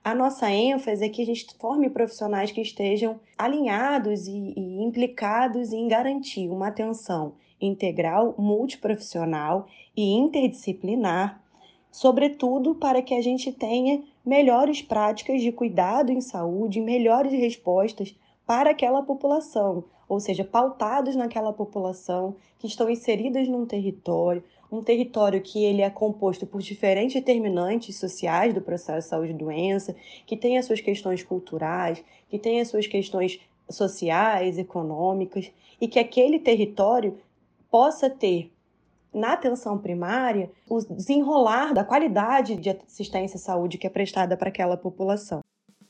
A nossa ênfase é que a gente forme profissionais que estejam alinhados e implicados em garantir uma atenção integral, multiprofissional e interdisciplinar, sobretudo para que a gente tenha melhores práticas de cuidado em saúde, melhores respostas para aquela população, ou seja, pautados naquela população que estão inseridas num território, um território que ele é composto por diferentes determinantes sociais do processo de saúde e doença, que tem as suas questões culturais, que tem as suas questões sociais, econômicas, e que aquele território possa ter, na atenção primária, o desenrolar da qualidade de assistência à saúde que é prestada para aquela população.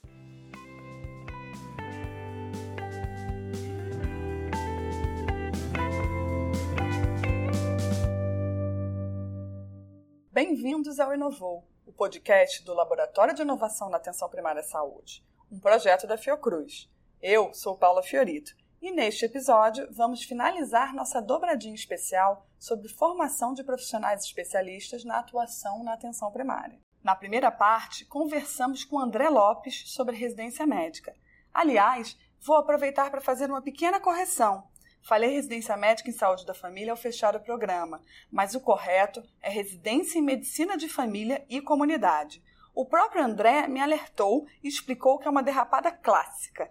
Bem-vindos ao Inovou, o podcast do Laboratório de Inovação na Atenção Primária à Saúde, um projeto da Fiocruz. Eu sou Paula Fiorito e neste episódio vamos finalizar nossa dobradinha especial sobre formação de profissionais especialistas na atuação na atenção primária. Na primeira parte, conversamos com André Lopes sobre residência médica. Aliás, vou aproveitar para fazer uma pequena correção. Falei residência médica em saúde da família ao fechar o programa, mas o correto é residência em medicina de família e comunidade. O próprio André me alertou e explicou que é uma derrapada clássica.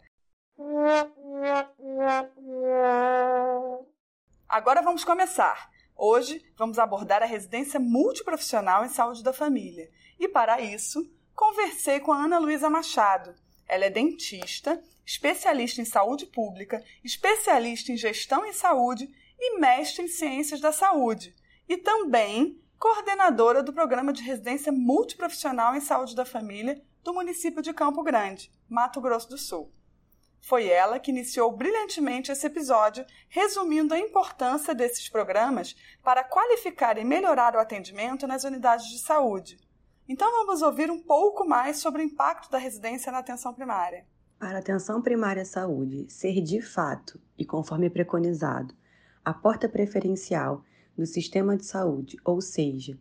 Agora vamos começar. Hoje vamos abordar a residência multiprofissional em saúde da família. E para isso, conversei com a Ana Luísa Machado. Ela é dentista, especialista em saúde pública, especialista em gestão em saúde e mestre em ciências da saúde. E também coordenadora do programa de residência multiprofissional em saúde da família do município de Campo Grande, Mato Grosso do Sul. Foi ela que iniciou brilhantemente esse episódio, resumindo a importância desses programas para qualificar e melhorar o atendimento nas unidades de saúde. Então vamos ouvir um pouco mais sobre o impacto da residência na atenção primária. Para a atenção primária à saúde ser de fato, e conforme preconizado, a porta preferencial do sistema de saúde, ou seja,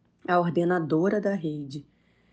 a ordenadora da rede,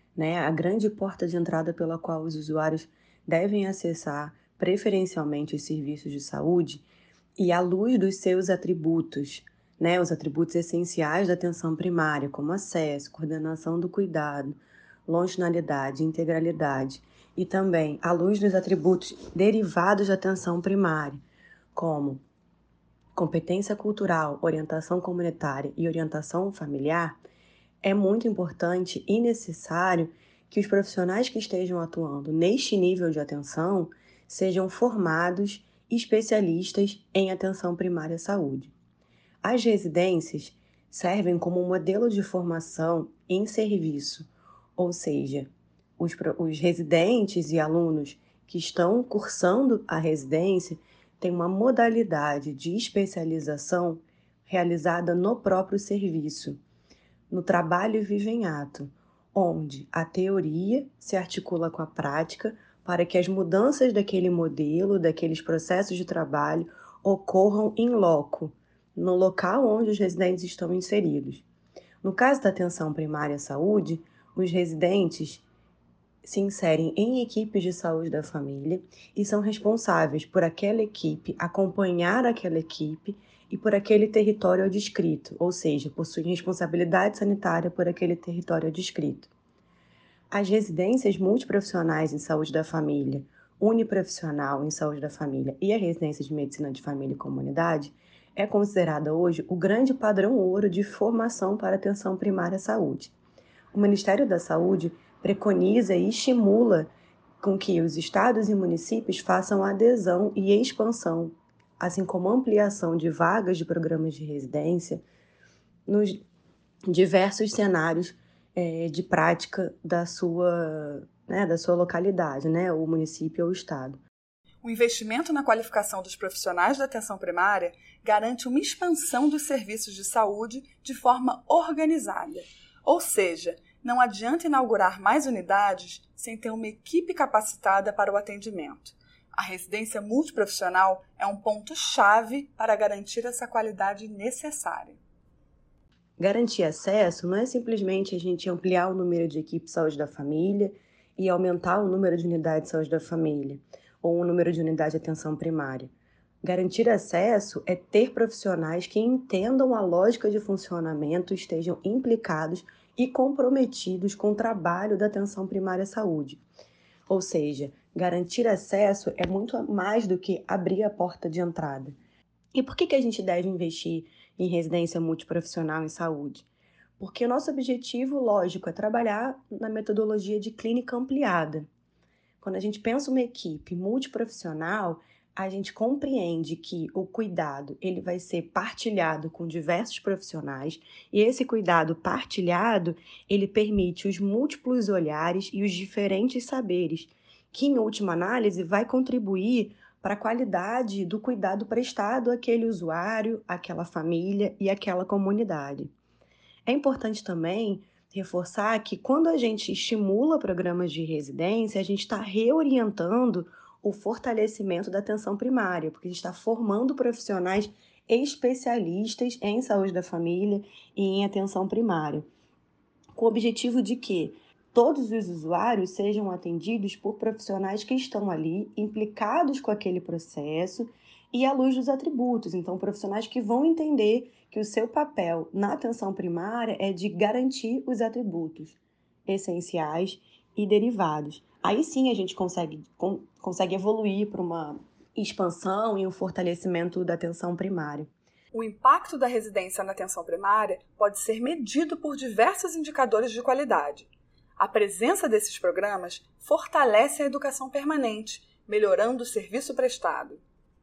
a grande porta de entrada pela qual os usuários devem acessar preferencialmente os serviços de saúde, e à luz dos seus atributos, os atributos essenciais da atenção primária, como acesso, coordenação do cuidado, longitudinalidade, integralidade, e também à luz dos atributos derivados da atenção primária, como competência cultural, orientação comunitária e orientação familiar, é muito importante e necessário que os profissionais que estejam atuando neste nível de atenção sejam formados especialistas em atenção primária à saúde. As residências servem como um modelo de formação em serviço, ou seja, os residentes e alunos que estão cursando a residência têm uma modalidade de especialização realizada no próprio serviço, no trabalho vivo em ato, onde a teoria se articula com a prática para que as mudanças daquele modelo, daqueles processos de trabalho, ocorram in loco, no local onde os residentes estão inseridos. No caso da atenção primária à saúde, os residentes se inserem em equipes de saúde da família e são responsáveis por aquela equipe, acompanhar aquela equipe e por aquele território adscrito, ou seja, possuem responsabilidade sanitária por aquele território adscrito. As residências multiprofissionais em saúde da família, uniprofissional em saúde da família e a residência de medicina de família e comunidade é considerada hoje o grande padrão ouro de formação para a atenção primária à saúde. O Ministério da Saúde preconiza e estimula com que os estados e municípios façam adesão e expansão, assim como ampliação de vagas de programas de residência nos diversos cenários de prática da sua localidade, o município ou o estado. O investimento na qualificação dos profissionais da atenção primária garante uma expansão dos serviços de saúde de forma organizada. Ou seja, não adianta inaugurar mais unidades sem ter uma equipe capacitada para o atendimento. A residência multiprofissional é um ponto-chave para garantir essa qualidade necessária. Garantir acesso não é simplesmente a gente ampliar o número de equipes de saúde da família e aumentar o número de unidades de saúde da família ou o número de unidades de atenção primária. Garantir acesso é ter profissionais que entendam a lógica de funcionamento, estejam implicados e comprometidos com o trabalho da atenção primária à saúde. Ou seja, garantir acesso é muito mais do que abrir a porta de entrada. E por que a gente deve investir em residência multiprofissional em saúde? Porque o nosso objetivo, lógico, é trabalhar na metodologia de clínica ampliada. Quando a gente pensa uma equipe multiprofissional, a gente compreende que o cuidado ele vai ser partilhado com diversos profissionais e esse cuidado partilhado ele permite os múltiplos olhares e os diferentes saberes, que em última análise vai contribuir para a qualidade do cuidado prestado àquele usuário, àquela família e àquela comunidade. É importante também reforçar que quando a gente estimula programas de residência, a gente está reorientando o fortalecimento da atenção primária, porque a gente está formando profissionais especialistas em saúde da família e em atenção primária, com o objetivo de que todos os usuários sejam atendidos por profissionais que estão ali implicados com aquele processo e à luz dos atributos. Então, profissionais que vão entender que o seu papel na atenção primária é de garantir os atributos essenciais e derivados. Aí sim a gente consegue evoluir para uma expansão e um fortalecimento da atenção primária. O impacto da residência na atenção primária pode ser medido por diversos indicadores de qualidade. A presença desses programas fortalece a educação permanente, melhorando o serviço prestado.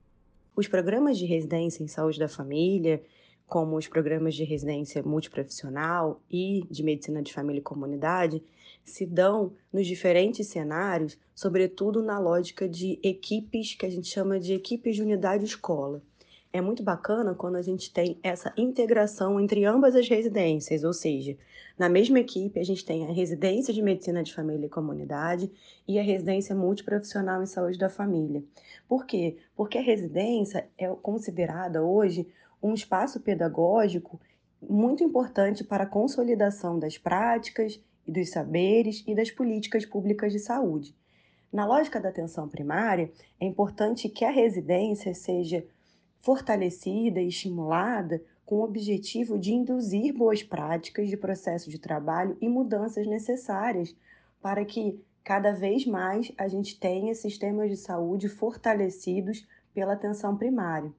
Os programas de residência em saúde da família, como os programas de residência multiprofissional e de medicina de família e comunidade, se dão nos diferentes cenários, sobretudo na lógica de equipes que a gente chama de equipes de unidade escola. É muito bacana quando a gente tem essa integração entre ambas as residências, ou seja, na mesma equipe a gente tem a residência de medicina de família e comunidade e a residência multiprofissional em saúde da família. Por quê? Porque a residência é considerada hoje um espaço pedagógico muito importante para a consolidação das práticas e dos saberes e das políticas públicas de saúde. Na lógica da atenção primária, é importante que a residência seja fortalecida e estimulada com o objetivo de induzir boas práticas de processo de trabalho e mudanças necessárias para que cada vez mais a gente tenha sistemas de saúde fortalecidos pela atenção primária.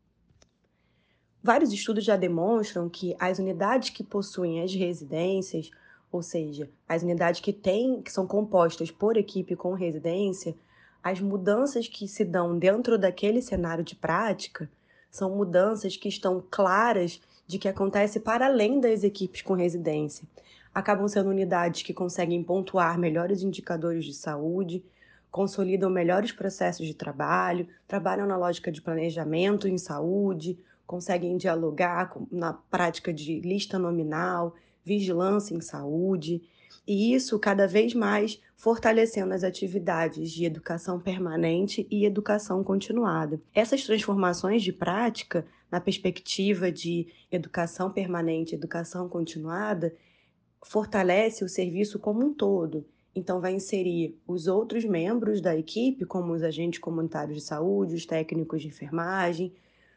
Vários estudos já demonstram que as unidades que possuem as residências, ou seja, as unidades que são compostas por equipe com residência, as mudanças que se dão dentro daquele cenário de prática são mudanças que estão claras de que acontece para além das equipes com residência. Acabam sendo unidades que conseguem pontuar melhores indicadores de saúde, consolidam melhores processos de trabalho, trabalham na lógica de planejamento em saúde, conseguem dialogar na prática de lista nominal, vigilância em saúde, e isso cada vez mais fortalecendo as atividades de educação permanente e educação continuada. Essas transformações de prática, na perspectiva de educação permanente e educação continuada, fortalece o serviço como um todo. Então, vai inserir os outros membros da equipe, como os agentes comunitários de saúde, os técnicos de enfermagem,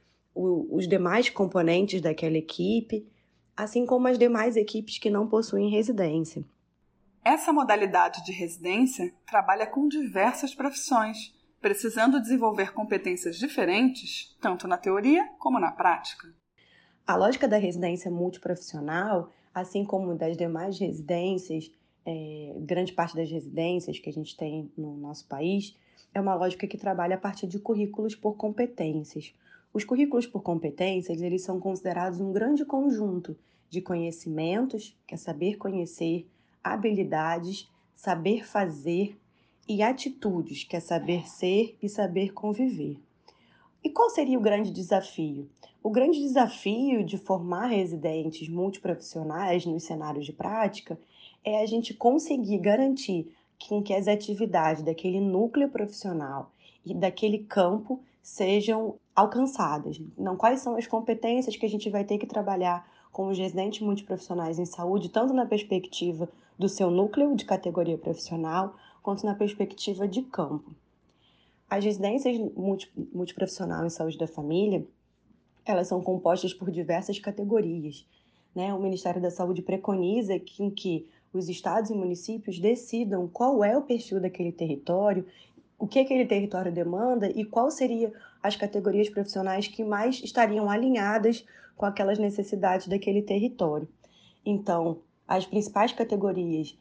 os demais componentes daquela equipe, assim como as demais equipes que não possuem residência. Essa modalidade de residência trabalha com diversas profissões, precisando desenvolver competências diferentes, tanto na teoria como na prática. A lógica da residência multiprofissional, assim como das demais residências, grande parte das residências que a gente tem no nosso país, é uma lógica que trabalha a partir de currículos por competências. Os currículos por competências, eles são considerados um grande conjunto de conhecimentos, que é saber conhecer, habilidades, saber fazer e atitudes, que é saber ser e saber conviver. E qual seria o grande desafio? O grande desafio de formar residentes multiprofissionais nos cenários de prática é a gente conseguir garantir que as atividades daquele núcleo profissional e daquele campo sejam alcançadas. Então, quais são as competências que a gente vai ter que trabalhar com os residentes multiprofissionais em saúde, tanto na perspectiva do seu núcleo de categoria profissional, quanto na perspectiva de campo. As residências multiprofissional em saúde da família, elas são compostas por diversas categorias, né? O Ministério da Saúde preconiza que os estados e municípios decidam qual é o perfil daquele território, o que aquele território demanda e qual seriam as categorias profissionais que mais estariam alinhadas com aquelas necessidades daquele território. Então, as principais categorias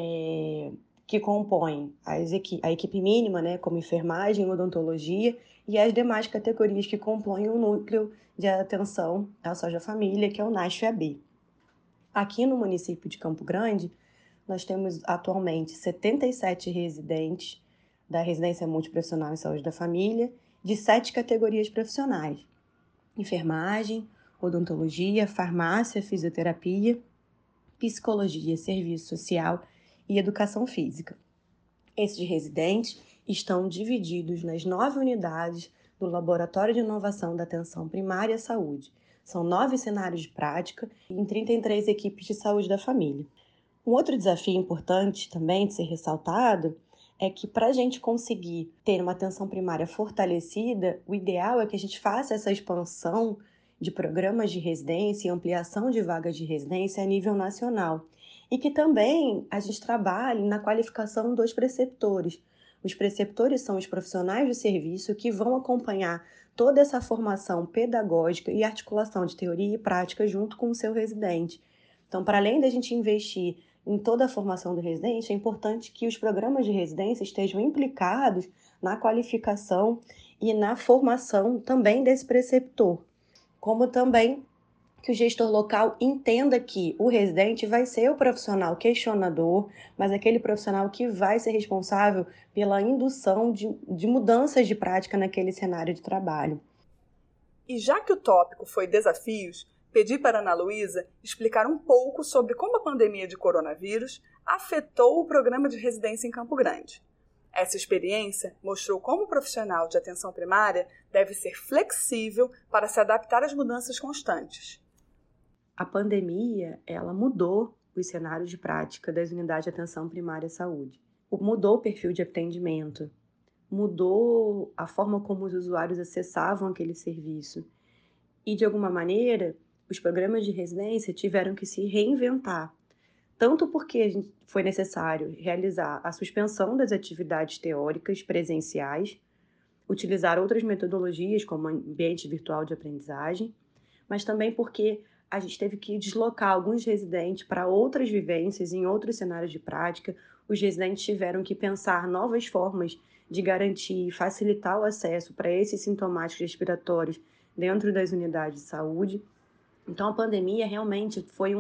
que compõem a equipe mínima, né, como enfermagem, odontologia, e as demais categorias que compõem o núcleo de atenção à saúde da família, que é o NASF-AB. Aqui no município de Campo Grande, nós temos atualmente 77 residentes da residência multiprofissional em saúde da família, de 7 categorias profissionais: enfermagem, odontologia, farmácia, fisioterapia, psicologia, serviço social e educação física. Esses residentes estão divididos nas 9 unidades do Laboratório de Inovação da Atenção Primária à Saúde. São 9 cenários de prática em 33 equipes de saúde da família. Um outro desafio importante também de ser ressaltado é que para a gente conseguir ter uma atenção primária fortalecida, o ideal é que a gente faça essa expansão de programas de residência e ampliação de vagas de residência a nível nacional. E que também a gente trabalhe na qualificação dos preceptores. Os preceptores são os profissionais do serviço que vão acompanhar toda essa formação pedagógica e articulação de teoria e prática junto com o seu residente. Então, para além da gente investir em toda a formação do residente, é importante que os programas de residência estejam implicados na qualificação e na formação também desse preceptor, como também que o gestor local entenda que o residente vai ser o profissional questionador, mas aquele profissional que vai ser responsável pela indução de mudanças de prática naquele cenário de trabalho. E já que o tópico foi desafios, pedi para a Ana Luísa explicar um pouco sobre como a pandemia de coronavírus afetou o programa de residência em Campo Grande. Essa experiência mostrou como o profissional de atenção primária deve ser flexível para se adaptar às mudanças constantes. A pandemia, ela mudou os cenários de prática das unidades de atenção primária à saúde. Mudou o perfil de atendimento, mudou a forma como os usuários acessavam aquele serviço. E, de alguma maneira, os programas de residência tiveram que se reinventar, tanto porque foi necessário realizar a suspensão das atividades teóricas presenciais, utilizar outras metodologias, como ambiente virtual de aprendizagem, mas também porque a gente teve que deslocar alguns residentes para outras vivências em outros cenários de prática. Os residentes tiveram que pensar novas formas de garantir e facilitar o acesso para esses sintomáticos respiratórios dentro das unidades de saúde. Então, a pandemia realmente foi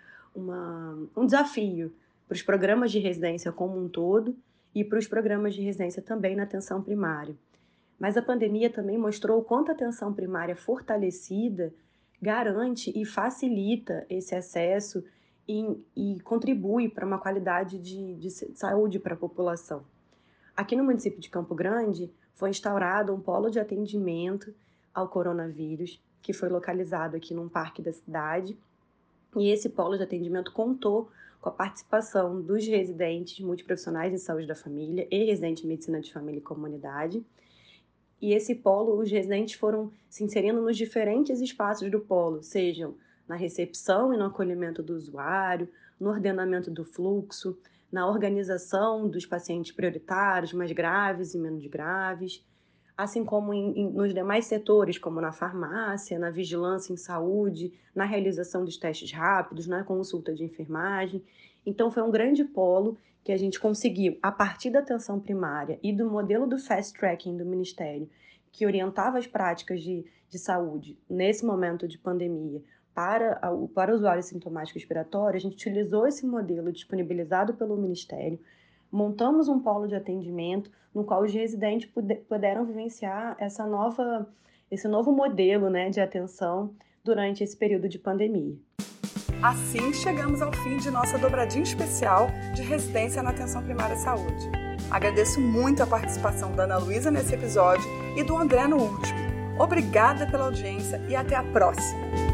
um desafio para os programas de residência como um todo e para os programas de residência também na atenção primária. Mas a pandemia também mostrou o quanto a atenção primária fortalecida garante e facilita esse acesso e contribui para uma qualidade de saúde para a população. Aqui no município de Campo Grande foi instaurado um polo de atendimento ao coronavírus, que foi localizado aqui num parque da cidade, e esse polo de atendimento contou com a participação dos residentes multiprofissionais em saúde da família e residentes em medicina de família e comunidade. E esse polo, os residentes foram se inserindo nos diferentes espaços do polo, sejam na recepção e no acolhimento do usuário, no ordenamento do fluxo, na organização dos pacientes prioritários, mais graves e menos graves, assim como nos demais setores, como na farmácia, na vigilância em saúde, na realização dos testes rápidos, na consulta de enfermagem. Então, foi um grande polo que a gente conseguiu, a partir da atenção primária e do modelo do fast tracking do Ministério, que orientava as práticas de saúde nesse momento de pandemia para usuários sintomáticos respiratórios, a gente utilizou esse modelo disponibilizado pelo Ministério, montamos um polo de atendimento no qual os residentes puderam vivenciar esse novo modelo, né, de atenção durante esse período de pandemia. Assim, chegamos ao fim de nossa dobradinha especial de residência na atenção primária à saúde. Agradeço muito a participação da Ana Luísa nesse episódio e do André no último. Obrigada pela audiência e até a próxima!